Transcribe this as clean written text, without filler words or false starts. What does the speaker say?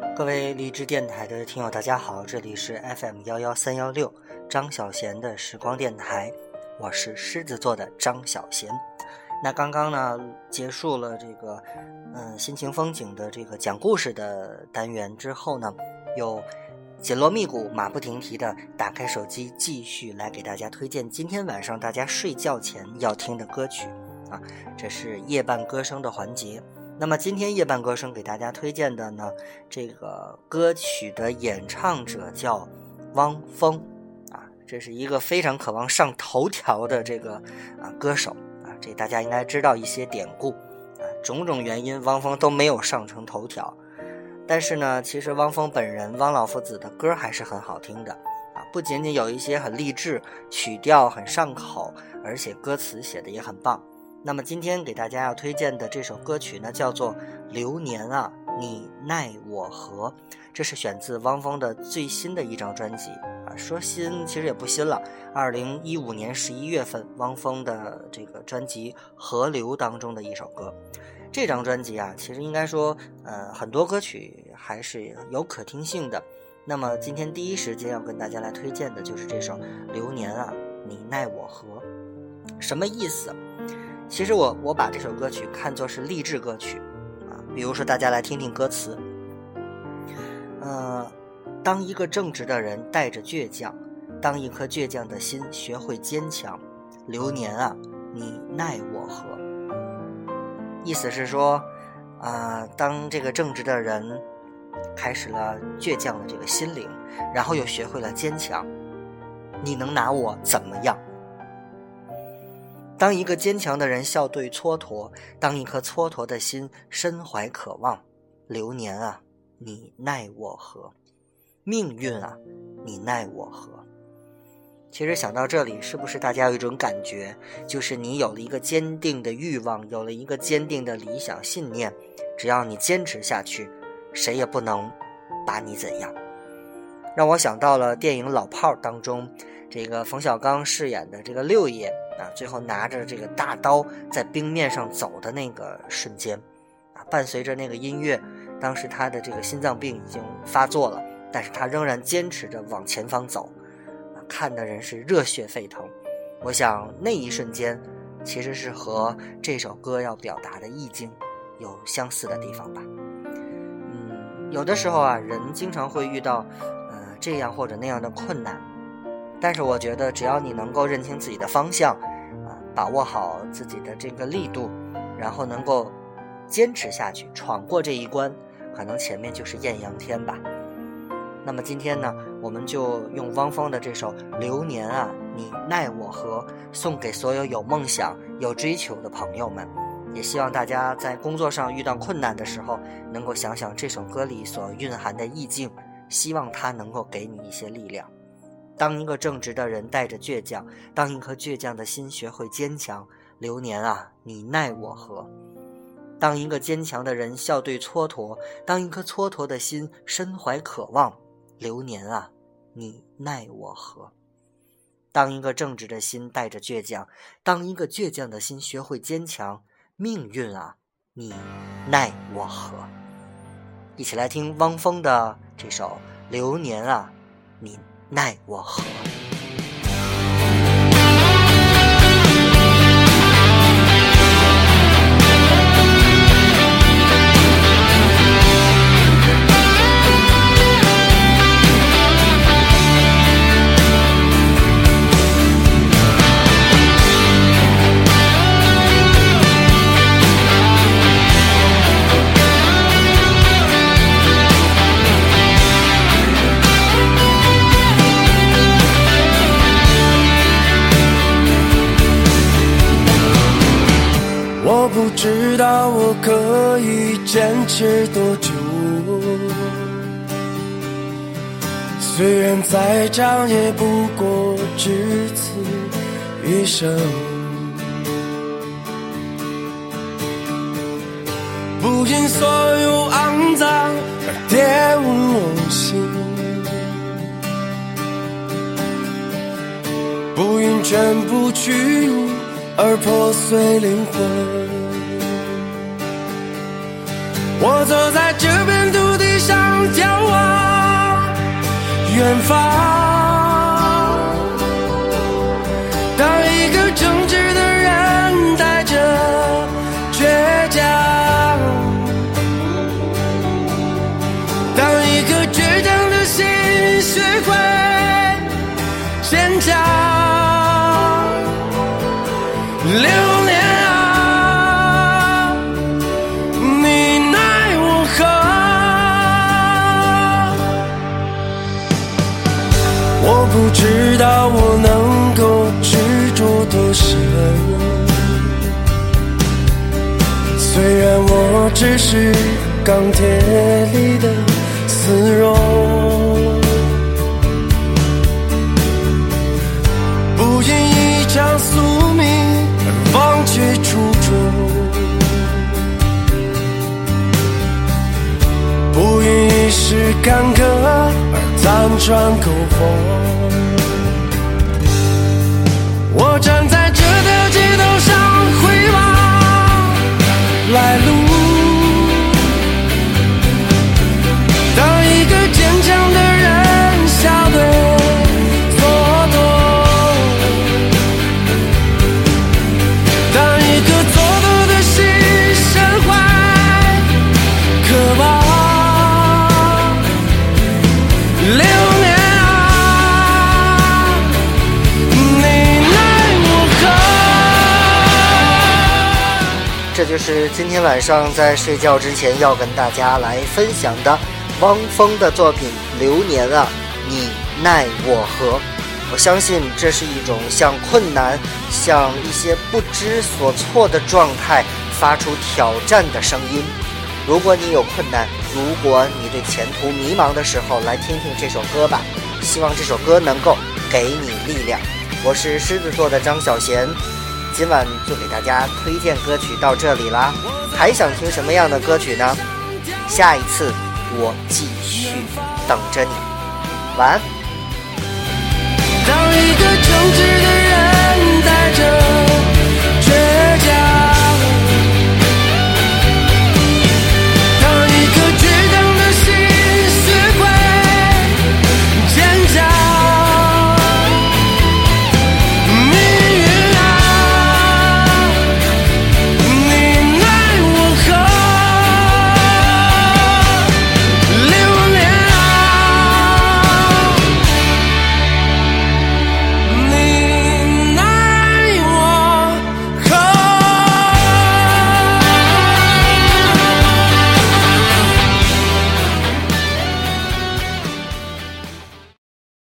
各位荔枝电台的听友大家好，这里是 FM11316 张小贤的时光电台，我是狮子座的张小贤。那刚刚呢结束了这个心情风景的这个讲故事的单元之后呢，又紧锣密鼓马不停蹄的打开手机继续来给大家推荐今天晚上大家睡觉前要听的歌曲啊，这是夜半歌声的环节。那么今天夜半歌声给大家推荐的呢，这个歌曲的演唱者叫汪峰啊，这是一个非常渴望上头条的这个歌手啊，这大家应该知道一些典故啊，种种原因汪峰都没有上成头条。但是呢，其实汪峰本人汪老夫子的歌还是很好听的啊，不仅仅有一些很励志，曲调很上口，而且歌词写的也很棒。那么今天给大家要推荐的这首歌曲呢，叫做《流年啊，你奈我何》，这是选自汪峰的最新的一张专辑啊。说新其实也不新了，2015年11月份汪峰的这个专辑《河流》当中的一首歌。这张专辑啊，其实应该说很多歌曲还是有可听性的。那么今天第一时间要跟大家来推荐的就是这首《流年啊，你奈我何》。什么意思？其实我把这首歌曲看作是励志歌曲啊，比如说大家来听听歌词。当一个正直的人带着倔强，当一颗倔强的心学会坚强，流年啊，你奈我何？意思是说当这个正直的人开始了倔强的这个心灵，然后又学会了坚强，你能拿我怎么样？当一个坚强的人笑对蹉跎，当一颗蹉跎的心深怀渴望，流年啊，你奈我何？命运啊，你奈我何？其实想到这里，是不是大家有一种感觉，就是你有了一个坚定的欲望，有了一个坚定的理想信念，只要你坚持下去，谁也不能把你怎样。让我想到了电影《老炮儿》当中，这个冯小刚饰演的这个六爷啊，最后拿着这个大刀在冰面上走的那个瞬间啊，伴随着那个音乐，当时他的这个心脏病已经发作了，但是他仍然坚持着往前方走啊，看的人是热血沸腾。我想那一瞬间其实是和这首歌要表达的意境有相似的地方吧。有的时候啊，人经常会遇到这样或者那样的困难，但是我觉得只要你能够认清自己的方向把握好自己的这个力度，然后能够坚持下去，闯过这一关，可能前面就是艳阳天吧。那么今天呢，我们就用汪峰的这首《流年啊，你奈我何》送给所有有梦想有追求的朋友们，也希望大家在工作上遇到困难的时候能够想想这首歌里所蕴含的意境，希望它能够给你一些力量。当一个正直的人带着倔强，当一颗倔强的心学会坚强，流年啊，你奈我何？当一个坚强的人笑对蹉跎，当一颗蹉跎的心深怀渴望，流年啊，你奈我何？当一个正直的心带着倔强，当一个倔强的心学会坚强，命运啊，你奈我何？一起来听汪峰的这首《流年啊，你奈我何》。 我不知道我可以坚持多久，虽然再长也不过只此一生，不因所有肮脏而玷污我心，不因全部屈辱而破碎灵魂。我走在这片土地上，脚远方。当一个正直的人带着倔强，当一颗倔强的心学会坚强。6年啊，你奈我何？我不知道我能够执着多深，虽然我只是钢铁里的丝绒，不因一场宿命而忘却初衷，不因一时坎坷而辗转苟活。我站在这条街道上回望来路，当一个坚强的人笑对蹉跎，当一个蹉跎的心深怀渴望。6年啊，你奈我何？ 这就是今天晚上在睡觉之前要跟大家来分享的汪峰的作品《流年啊，你奈我何》。我相信这是一种向困难、向一些不知所措的状态发出挑战的声音。如果你有困难，如果你对前途迷茫的时候，来听听这首歌吧，希望这首歌能够给你力量。我是狮子座的张小贤，今晚就给大家推荐歌曲到这里啦，还想听什么样的歌曲呢？下一次我继续等着你，晚安。 当一个正直的人带着